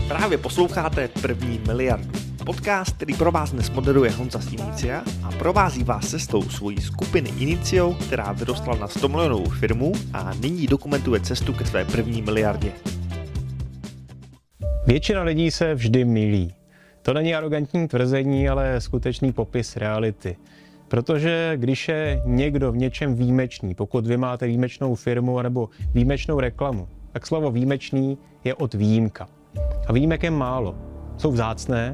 Právě posloucháte První miliardu. Podcast, který pro vás dnes moderuje Honza z Inicia a provází vás cestou svojí skupiny Inicio, která vyrostla na 100 milionovou firmu a nyní dokumentuje cestu ke své první miliardě. Většina lidí se vždy mýlí. To není arrogantní tvrzení, ale skutečný popis reality. Protože když je někdo v něčem výjimečný, pokud vy máte výjimečnou firmu nebo výjimečnou reklamu, tak slovo výjimečný je od výjimka. A výjimek je málo. Jsou vzácné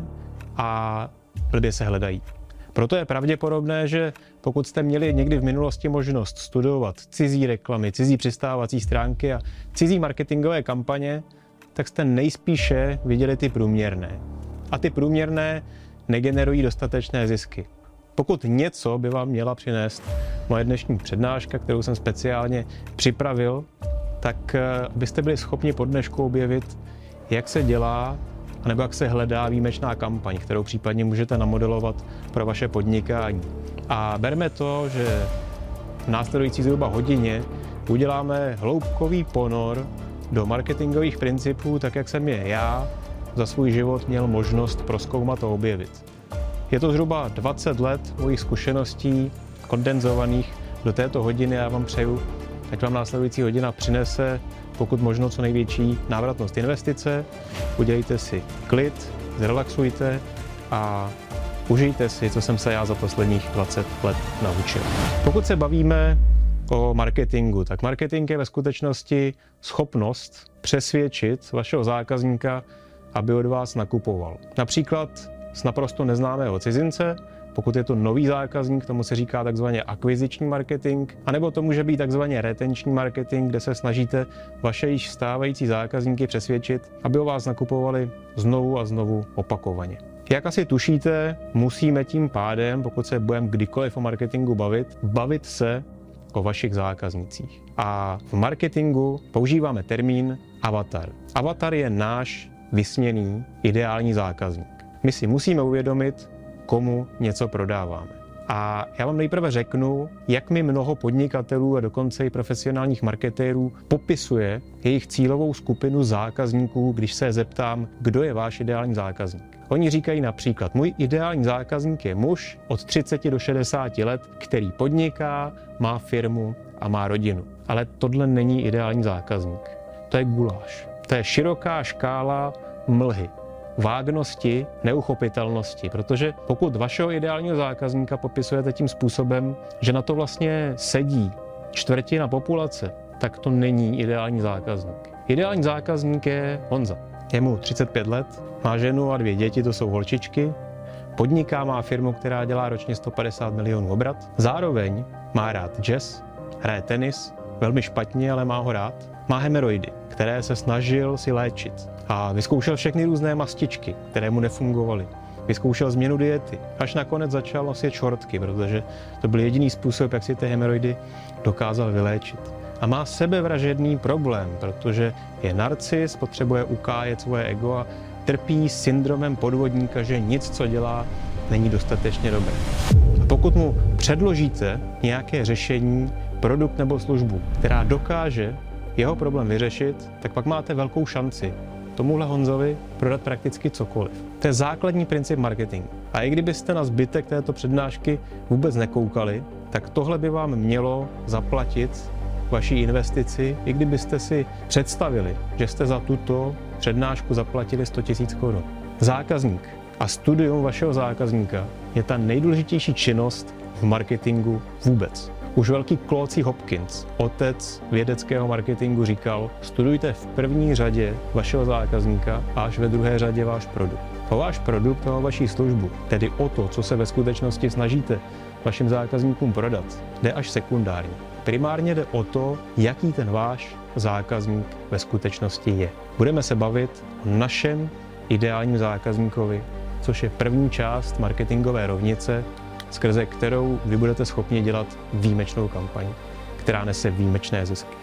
a blbě se hledají. Proto je pravděpodobné, že pokud jste měli někdy v minulosti možnost studovat cizí reklamy, cizí přistávací stránky a cizí marketingové kampaně, tak jste nejspíše viděli ty průměrné. A ty průměrné negenerují dostatečné zisky. Pokud něco by vám měla přinést moje dnešní přednáška, kterou jsem speciálně připravil, tak byste byli schopni po dnešku objevit, jak se dělá, anebo jak se hledá výjimečná kampaň, kterou případně můžete namodelovat pro vaše podnikání. A berme to, že v následující zhruba hodině uděláme hloubkový ponor do marketingových principů, tak jak jsem je já za svůj život měl možnost prozkoumat a objevit. Je to zhruba 20 let mojich zkušeností kondenzovaných do této hodiny. Já vám přeju, ať vám následující hodina přinese pokud možno co největší návratnost investice. Udělejte si klid, zrelaxujte a užijte si, co jsem se já za posledních 20 let naučil. Pokud se bavíme o marketingu, tak marketing je ve skutečnosti schopnost přesvědčit vašeho zákazníka, aby od vás nakupoval. Například z naprosto neznámého cizince, pokud je to nový zákazník, tomu se říká takzvaně akviziční marketing, anebo to může být takzvaně retenční marketing, kde se snažíte vaše již stávající zákazníky přesvědčit, aby o vás nakupovali znovu a znovu opakovaně. Jak asi tušíte, musíme tím pádem, pokud se budeme kdykoliv o marketingu bavit se o vašich zákaznicích. A v marketingu používáme termín avatar. Avatar je náš vysněný ideální zákazník. My si musíme uvědomit, komu něco prodáváme. A já vám nejprve řeknu, jak mi mnoho podnikatelů a dokonce i profesionálních marketérů popisuje jejich cílovou skupinu zákazníků, když se zeptám, kdo je váš ideální zákazník. Oni říkají například, můj ideální zákazník je muž od 30 do 60 let, který podniká, má firmu a má rodinu. Ale tohle není ideální zákazník. To je guláš. To je široká škála mlhy, vágnosti, neuchopitelnosti, protože pokud vašeho ideálního zákazníka popisujete tím způsobem, že na to vlastně sedí čtvrtina populace, tak to není ideální zákazník. Ideální zákazník je Honza. Je mu 35 let, má ženu a 2 děti, to jsou holčičky, podniká, má firmu, která dělá ročně 150 milionů obrat, zároveň má rád jazz, hraje tenis, velmi špatně, ale má ho rád, má hemoroidy, které se snažil si léčit. A vyzkoušel všechny různé mastičky, které mu nefungovaly. Vyzkoušel změnu diety, až nakonec začal nosit šortky, protože to byl jediný způsob, jak si ty hemoroidy dokázal vyléčit. A má sebevražedný problém, protože je narcis, potřebuje ukájet svoje ego a trpí syndromem podvodníka, že nic, co dělá, není dostatečně dobré. A pokud mu předložíte nějaké řešení, produkt nebo službu, která dokáže jeho problém vyřešit, tak pak máte velkou šanci tomuhle Honzovi prodat prakticky cokoliv. To je základní princip marketingu. A i kdybyste na zbytek této přednášky vůbec nekoukali, tak tohle by vám mělo zaplatit vaší investici, i kdybyste si představili, že jste za tuto přednášku zaplatili 100 000 korun. Zákazník a studium vašeho zákazníka je ta nejdůležitější činnost v marketingu vůbec. Už velký Claude Hopkins, otec vědeckého marketingu, říkal, studujte v první řadě vašeho zákazníka a až ve druhé řadě váš produkt. O váš produkt a o vaši službu, tedy o to, co se ve skutečnosti snažíte vašim zákazníkům prodat, jde až sekundárně. Primárně jde o to, jaký ten váš zákazník ve skutečnosti je. Budeme se bavit o našem ideálním zákazníkovi, což je první část marketingové rovnice, skrze kterou vy budete schopni dělat výjimečnou kampaň, která nese výjimečné zisky.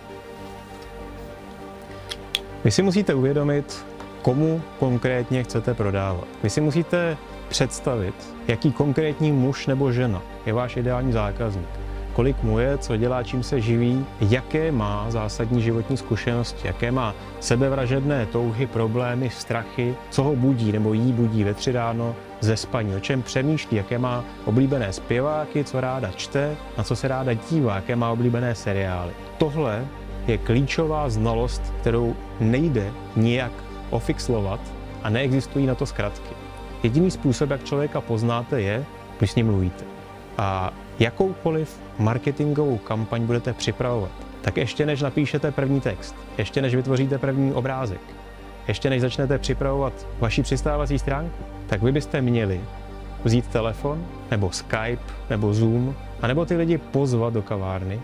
Vy si musíte uvědomit, komu konkrétně chcete prodávat. Vy si musíte představit, jaký konkrétní muž nebo žena je váš ideální zákazník. kolik mu je, co dělá, čím se živí, jaké má zásadní životní zkušenosti, jaké má sebevražedné touhy, problémy, strachy, co ho budí nebo jí budí ve 3 ráno ze spaní, o čem přemýšlí, jaké má oblíbené zpěváky, co ráda čte, na co se ráda dívá, jaké má oblíbené seriály. Tohle je klíčová znalost, kterou nejde nijak ofixlovat a neexistují na to zkratky. Jediný způsob, jak člověka poznáte, je, když s ním mluvíte. A jakoukoliv marketingovou kampaň budete připravovat, tak ještě než napíšete první text, ještě než vytvoříte první obrázek, ještě než začnete připravovat vaši přistávací stránku, tak vy byste měli vzít telefon, nebo Skype, nebo Zoom, anebo ty lidi pozvat do kavárny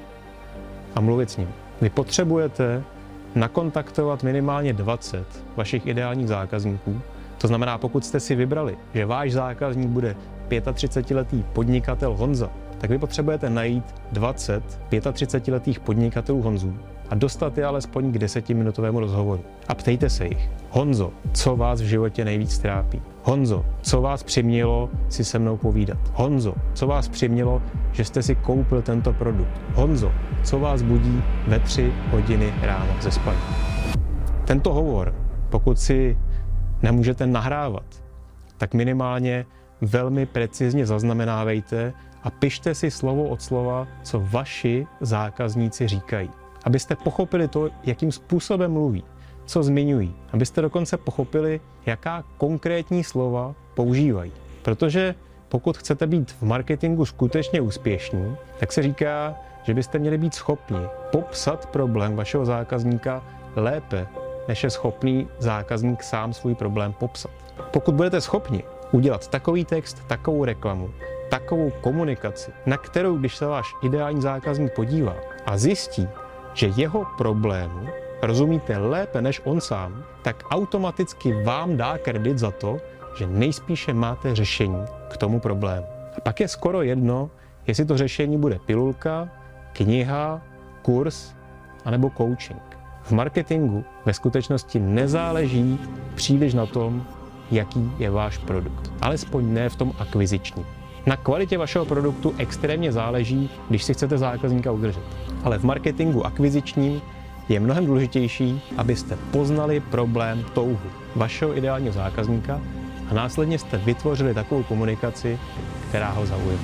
a mluvit s nimi. Vy potřebujete nakontaktovat minimálně 20 vašich ideálních zákazníků. To znamená, pokud jste si vybrali, že váš zákazník bude 35letý podnikatel Honza, tak vy potřebujete najít 20 35letých podnikatelů Honzů a dostat je alespoň k 10minutovému rozhovoru. A ptejte se jich: Honzo, co vás v životě nejvíc trápí? Honzo, co vás přimělo si se mnou povídat? Honzo, co vás přimělo, že jste si koupil tento produkt? Honzo, co vás budí ve 3 hodiny ráno ze spaní? Tento hovor, pokud si nemůžete nahrávat, tak minimálně velmi precizně zaznamenávejte a pište si slovo od slova, co vaši zákazníci říkají. Abyste pochopili to, jakým způsobem mluví, co zmiňují. Abyste dokonce pochopili, jaká konkrétní slova používají. Protože pokud chcete být v marketingu skutečně úspěšní, tak se říká, že byste měli být schopni popsat problém vašeho zákazníka lépe, než je schopný zákazník sám svůj problém popsat. Pokud budete schopni udělat takový text, takovou reklamu, takovou komunikaci, na kterou, když se váš ideální zákazník podívá a zjistí, že jeho problému rozumíte lépe než on sám, tak automaticky vám dá kredit za to, že nejspíše máte řešení k tomu problému. A pak je skoro jedno, jestli to řešení bude pilulka, kniha, kurz anebo coaching. V marketingu ve skutečnosti nezáleží příliš na tom, jaký je váš produkt. Alespoň ne v tom akvizičním. Na kvalitě vašeho produktu extrémně záleží, když si chcete zákazníka udržet. Ale v marketingu akvizičním je mnohem důležitější, abyste poznali problém, touhu vašeho ideálního zákazníka a následně jste vytvořili takovou komunikaci, která ho zaujme.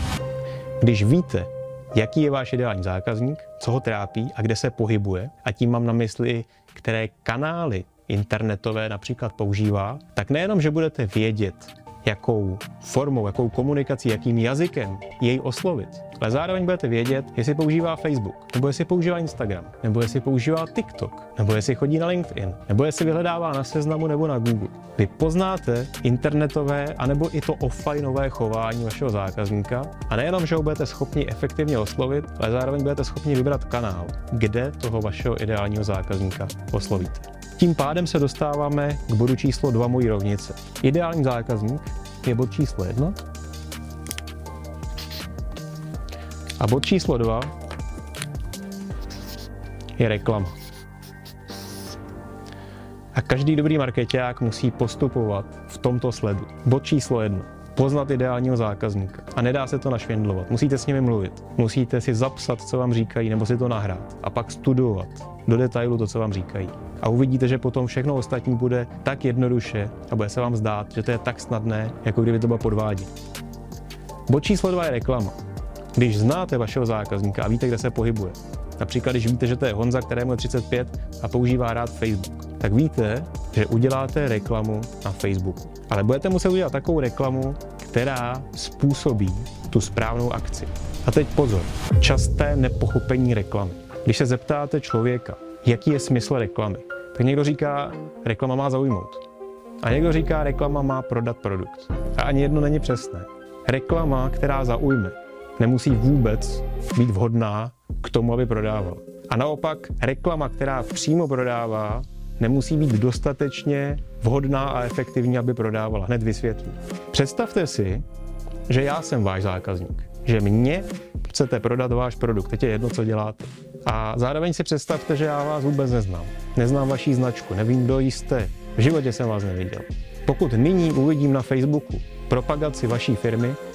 Když víte, jaký je váš ideální zákazník, co ho trápí a kde se pohybuje, a tím mám na mysli, které kanály internetové například používá, tak nejenom, že budete vědět, jakou formou, jakou komunikací, jakým jazykem jej oslovit, ale zároveň budete vědět, jestli používá Facebook, nebo jestli používá Instagram, nebo jestli používá TikTok, nebo jestli chodí na LinkedIn, nebo jestli vyhledává na Seznamu nebo na Google. Vy poznáte internetové anebo i to offlineové chování vašeho zákazníka a nejenom, že ho budete schopni efektivně oslovit, ale zároveň budete schopni vybrat kanál, kde toho vašeho ideálního zákazníka oslovíte. Tím pádem se dostáváme k bodu číslo 2 mojí rovnice. Ideální zákazník je bod číslo 1 a bod číslo 2 je reklama. A každý dobrý markeťák musí postupovat v tomto sledu. Bod číslo 1. Poznat ideálního zákazníka. A nedá se to našvindlovat. Musíte s nimi mluvit. Musíte si zapsat, co vám říkají, nebo si to nahrát. A pak studovat do detailu to, co vám říkají. A uvidíte, že potom všechno ostatní bude tak jednoduše a bude se vám zdát, že to je tak snadné, jako kdyby to bylo podvádět. Bod číslo 2 je reklama. Když znáte vašeho zákazníka a víte, kde se pohybuje, například když víte, že to je Honza, kterému je 35 a používá rád Facebook, tak víte, že uděláte reklamu na Facebooku. Ale budete muset udělat takovou reklamu, která způsobí tu správnou akci. A teď pozor, časté nepochopení reklamy. Když se zeptáte člověka, jaký je smysl reklamy, tak někdo říká, reklama má zaujmout. A někdo říká, reklama má prodat produkt. A ani jedno není přesné. Reklama, která zaujme, nemusí vůbec být vhodná k tomu, aby prodávala. A naopak, reklama, která přímo prodává, nemusí být dostatečně vhodná a efektivní, aby prodávala. Hned vysvětlím. Představte si, že já jsem váš zákazník. Že mě chcete prodat váš produkt. Teď je jedno, co děláte. A zároveň si představte, že já vás vůbec neznám. Neznám vaši značku, nevím, kdo jste. V životě jsem vás neviděl. Pokud nyní uvidím na Facebooku propagaci vaší firmy,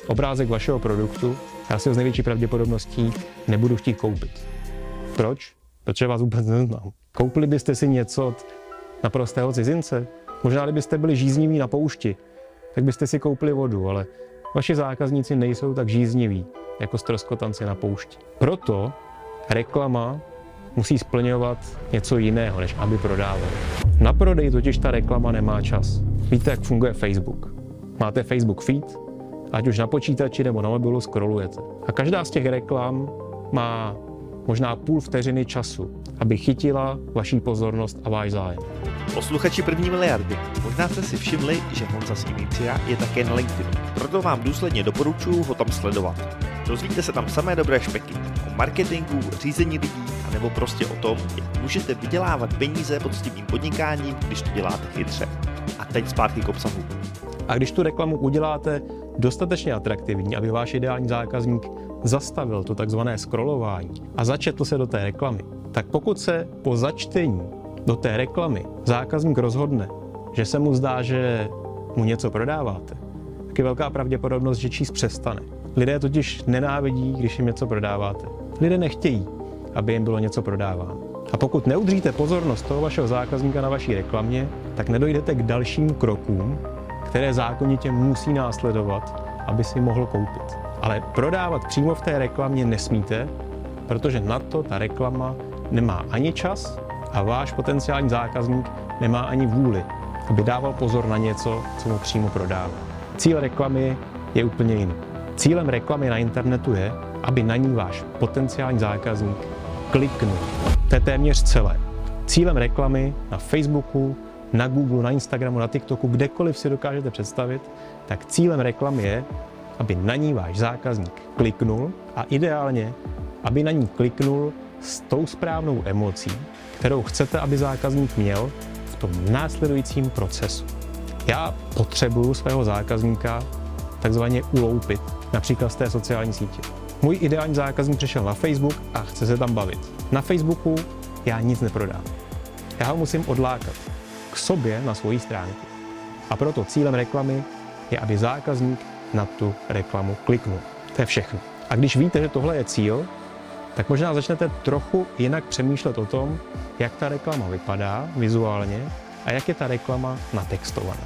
obrázek vašeho produktu, já si ho s největší pravděpodobností nebudu chtít koupit. Proč? Protože vás vůbec neznám. Koupili byste si něco od naprostého cizince? Možná, kdybyste byli žízniví na poušti, tak byste si koupili vodu, ale vaši zákazníci nejsou tak žízniví jako ztroskotanci na poušti. Proto reklama musí splňovat něco jiného, než aby prodával. Na prodej totiž ta reklama nemá čas. Víte, jak funguje Facebook. Máte Facebook feed, ať už na počítači nebo na mobilu scrollujete. A každá z těch reklam má možná půl vteřiny času, aby chytila vaší pozornost a váš zájem. Posluchači první miliardy, možná jste si všimli, že Honza z Inicia je také na LinkedInu. Proto vám důsledně doporučuji ho tam sledovat. Dozvíte se tam samé dobré špeky o marketingu, řízení lidí, anebo prostě o tom, jak můžete vydělávat peníze poctivým podnikáním, když to děláte chytře. A teď zpátky k obsahu. A když tu reklamu uděláte dostatečně atraktivní, aby váš ideální zákazník zastavil to takzvané scrollování a začetl se do té reklamy, tak pokud se po začtení do té reklamy zákazník rozhodne, že se mu zdá, že mu něco prodáváte, tak je velká pravděpodobnost, že číst přestane. Lidé totiž nenávidí, když jim něco prodáváte. Lidé nechtějí, aby jim bylo něco prodáváno. A pokud neudržíte pozornost toho vašeho zákazníka na vaší reklamě, tak nedojdete k dalším krokům, které zákonitě musí následovat, aby si mohl koupit. Ale prodávat přímo v té reklamě nesmíte, protože na to ta reklama nemá ani čas a váš potenciální zákazník nemá ani vůli, aby dával pozor na něco, co mu přímo prodává. Cíl reklamy je úplně jiný. Cílem reklamy na internetu je, aby na ní váš potenciální zákazník kliknul. To je téměř celé. Cílem reklamy na Facebooku, na Google, na Instagramu, na TikToku, kdekoliv si dokážete představit, tak cílem reklamy je, aby na ní váš zákazník kliknul a ideálně, aby na ní kliknul s tou správnou emocí, kterou chcete, aby zákazník měl v tom následujícím procesu. Já potřebuju svého zákazníka takzvaně uloupit, například z té sociální sítě. Můj ideální zákazník přišel na Facebook a chce se tam bavit. Na Facebooku já nic neprodám. Já ho musím odlákat k sobě na svoji stránku. A proto cílem reklamy je, aby zákazník na tu reklamu kliknul. To je všechno. A když víte, že tohle je cíl, tak možná začnete trochu jinak přemýšlet o tom, jak ta reklama vypadá vizuálně a jak je ta reklama natextovaná.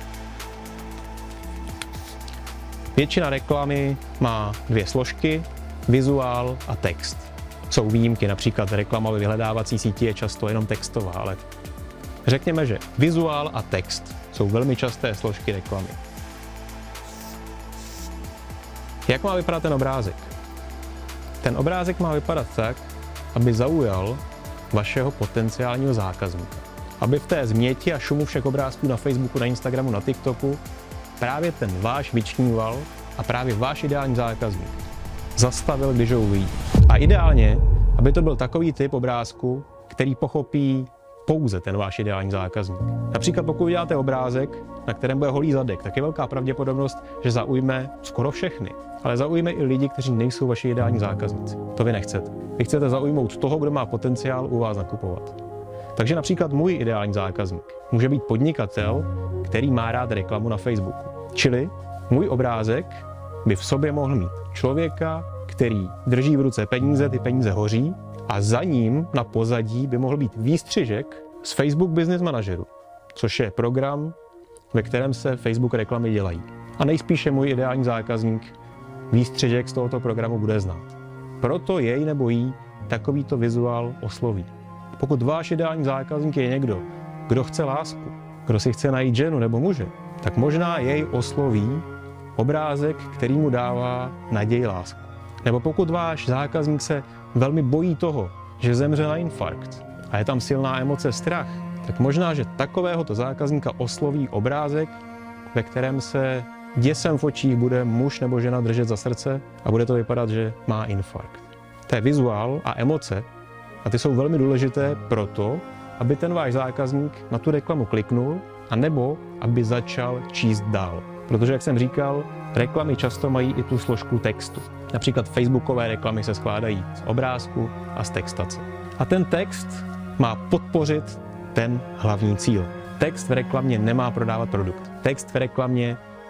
Většina reklamy má dvě složky, vizuál a text. Jsou výjimky, například reklama ve vyhledávací síti je často jenom textová, ale řekněme, že vizuál a text jsou velmi časté složky reklamy. Jak má vypadat ten obrázek? Ten obrázek má vypadat tak, aby zaujal vašeho potenciálního zákazníka. Aby v té změti a šumu všech obrázků na Facebooku, na Instagramu, na TikToku právě ten váš vyčníval a právě váš ideální zákazník zastavil, když ho uvidí. A ideálně, aby to byl takový typ obrázku, který pochopí pouze ten váš ideální zákazník. Například pokud uděláte obrázek, na kterém bude holý zadek, tak je velká pravděpodobnost, že zaujme skoro všechny. Ale zaujme i lidi, kteří nejsou vaši ideální zákazníci. To vy nechcete. Vy chcete zaujmout toho, kdo má potenciál u vás nakupovat. Takže například můj ideální zákazník může být podnikatel, který má rád reklamu na Facebooku. Čili můj obrázek by v sobě mohl mít člověka, který drží v ruce peníze, ty peníze hoří, a za ním na pozadí by mohl být výstřižek z Facebook Business Manageru, což je program, ve kterém se Facebook reklamy dělají. A nejspíše můj ideální zákazník výstřižek z tohoto programu bude znát. Proto jej nebo jí takovýto vizuál osloví. Pokud váš ideální zákazník je někdo, kdo chce lásku, kdo si chce najít ženu nebo muže, tak možná jej osloví obrázek, který mu dává naději lásku. Nebo pokud váš zákazník se velmi bojí toho, že zemře na infarkt a je tam silná emoce strach, tak možná, že takovéhoto zákazníka osloví obrázek, ve kterém se děsem v očích bude muž nebo žena držet za srdce a bude to vypadat, že má infarkt. To je vizuál a emoce a ty jsou velmi důležité proto, aby ten váš zákazník na tu reklamu kliknul a nebo aby začal číst dál. Protože, jak jsem říkal, reklamy často mají i tu složku textu. Například facebookové reklamy se skládají z obrázku a z textace. A ten text má podpořit ten hlavní cíl. Text v reklamě nemá prodávat produkt. Text v reklamě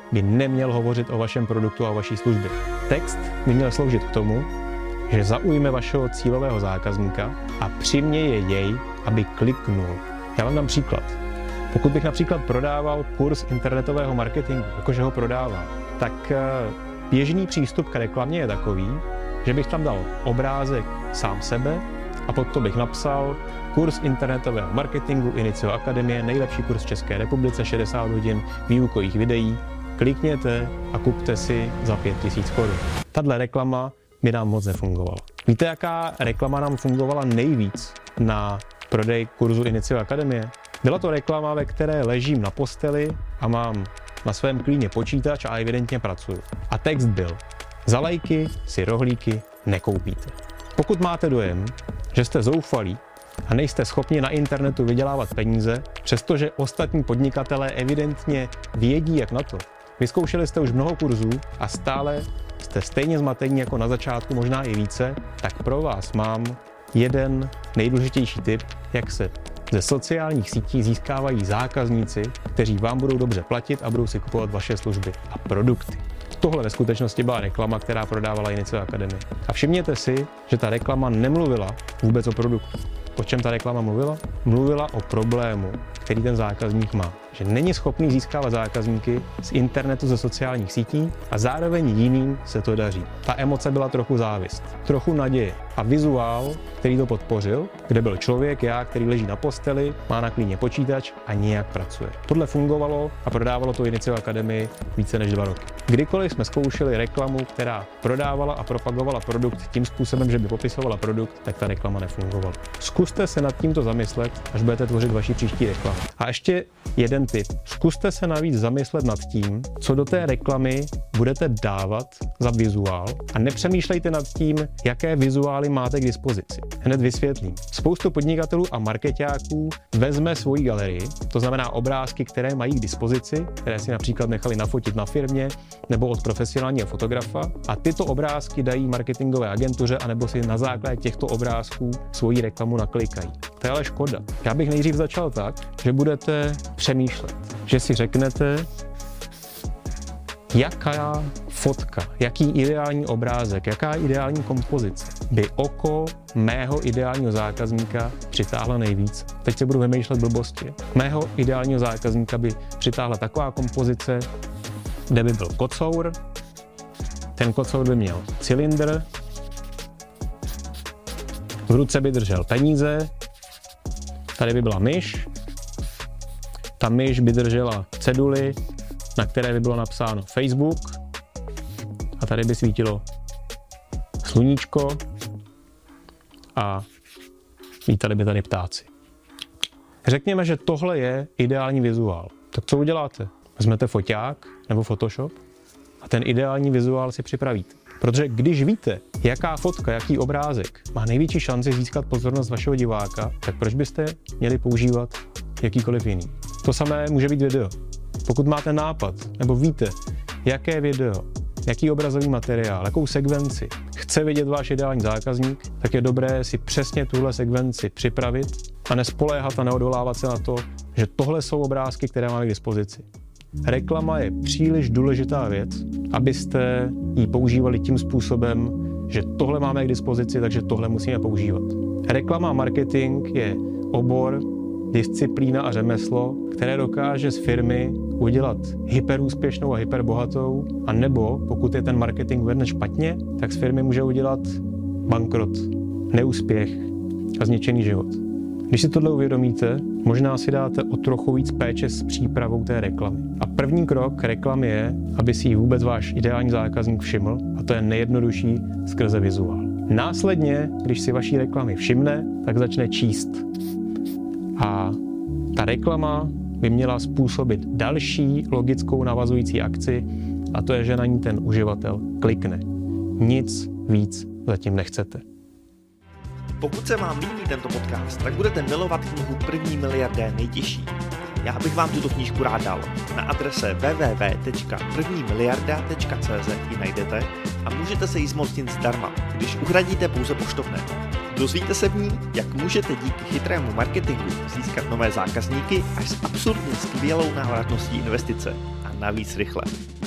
by neměl hovořit o vašem produktu a o vaší službě. Text by měl sloužit k tomu, že zaujme vašeho cílového zákazníka a přiměje jej, aby kliknul. Já vám dám příklad. Pokud bych například prodával kurz internetového marketingu, jakože ho prodávám, tak běžný přístup k reklamě je takový, že bych tam dal obrázek sám sebe a pod to bych napsal kurz internetového marketingu Inicio Akademie, nejlepší kurz v České republice, 60 hodin výukových videí. Klikněte a kupte si za 5000 korun. Tahle reklama by nám moc nefungovala. Víte, jaká reklama nám fungovala nejvíc na prodej kurzu Inicio Akademie? Byla to reklama, ve které ležím na posteli a mám na svém klíně počítač a evidentně pracuju. A text byl: za lajky si rohlíky nekoupíte. Pokud máte dojem, že jste zoufalí a nejste schopni na internetu vydělávat peníze, přestože ostatní podnikatelé evidentně vědí, jak na to, vyzkoušeli jste už mnoho kurzů a stále jste stejně zmatení jako na začátku, možná i více, tak pro vás mám jeden nejdůležitější tip, jak se ze sociálních sítí získávají zákazníci, kteří vám budou dobře platit a budou si kupovat vaše služby a produkty. Tohle ve skutečnosti byla reklama, která prodávala Inicio Akademii. A všimněte si, že ta reklama nemluvila vůbec o produktu. O čem ta reklama mluvila? Mluvila o problému, který ten zákazník má. Že není schopný získávat zákazníky z internetu, ze sociálních sítí a zároveň jiným se to daří. Ta emoce byla trochu závist, trochu naděje a vizuál, který to podpořil, kde byl člověk, který leží na posteli, má na klíně počítač a nějak pracuje. Tohle fungovalo a prodávalo to Inicio Akademii více než 2 roky. Kdykoliv jsme zkoušeli reklamu, která prodávala a propagovala produkt tím způsobem, že by popisovala produkt, tak ta reklama nefungovala. Zkuste se nad tímto zamyslet, až budete tvořit vaši příští reklamu. A ještě jeden tip. Zkuste se navíc zamyslet nad tím, co do té reklamy budete dávat za vizuál a nepřemýšlejte nad tím, jaké vizuály máte k dispozici. Hned vysvětlím. Spoustu podnikatelů a markeťáků vezme svoji galerii, to znamená obrázky, které mají k dispozici, které si například nechali nafotit na firmě nebo od profesionálního fotografa a tyto obrázky dají marketingové agentuře anebo si na základě těchto obrázků svoji reklamu naklikají. To je ale škoda. Já bych nejdřív začal tak, že budete přemýšlet, že si řeknete, jaká fotka, jaký ideální obrázek, jaká ideální kompozice by oko mého ideálního zákazníka přitáhla nejvíc. Teď se budu vymýšlet blbosti. Mého ideálního zákazníka by přitáhla taková kompozice, kde by byl kocour, ten kocour by měl cylindr, v ruce by držel peníze, tady by byla myš, ta myš by držela ceduly, na které by bylo napsáno Facebook a tady by svítilo sluníčko a vítali by tady ptáci. Řekněme, že tohle je ideální vizuál. Tak co uděláte? Vezmete foťák nebo Photoshop a ten ideální vizuál si připravíte. Protože když víte, jaká fotka, jaký obrázek má největší šanci získat pozornost vašeho diváka, tak proč byste měli používat jakýkoliv jiný? To samé může být video. Pokud máte nápad, nebo víte, jaké video, jaký obrazový materiál, jakou sekvenci chce vidět váš ideální zákazník, tak je dobré si přesně tuhle sekvenci připravit a nespoléhat a neodolávat se na to, že tohle jsou obrázky, které máme k dispozici. Reklama je příliš důležitá věc, abyste ji používali tím způsobem, že tohle máme k dispozici, takže tohle musíme používat. Reklama a marketing je obor, disciplína a řemeslo, které dokáže z firmy udělat hyperúspěšnou a hyperbohatou, a nebo pokud je ten marketing veden špatně, tak z firmy může udělat bankrot, neúspěch a zničený život. Když si tohle uvědomíte, možná si dáte o trochu víc péče s přípravou té reklamy. A první krok k reklamě je, aby si ji vůbec váš ideální zákazník všiml, a to je nejjednodušší skrze vizuál. Následně, když si vaší reklamy všimne, tak začne číst. A ta reklama by měla způsobit další logickou navazující akci, a to je, že na ní ten uživatel klikne. Nic víc zatím nechcete. Pokud se vám líbí tento podcast, tak budete milovat knihu První miliardér nejtěžší. Já bych vám tuto knížku rád dal. Na adrese www.prvnimiliarda.cz ji najdete a můžete se jí zmocnit zdarma, když uhradíte pouze poštovné. Dozvíte se v ní, jak můžete díky chytrému marketingu získat nové zákazníky až s absurdně skvělou návratností investice a navíc rychle.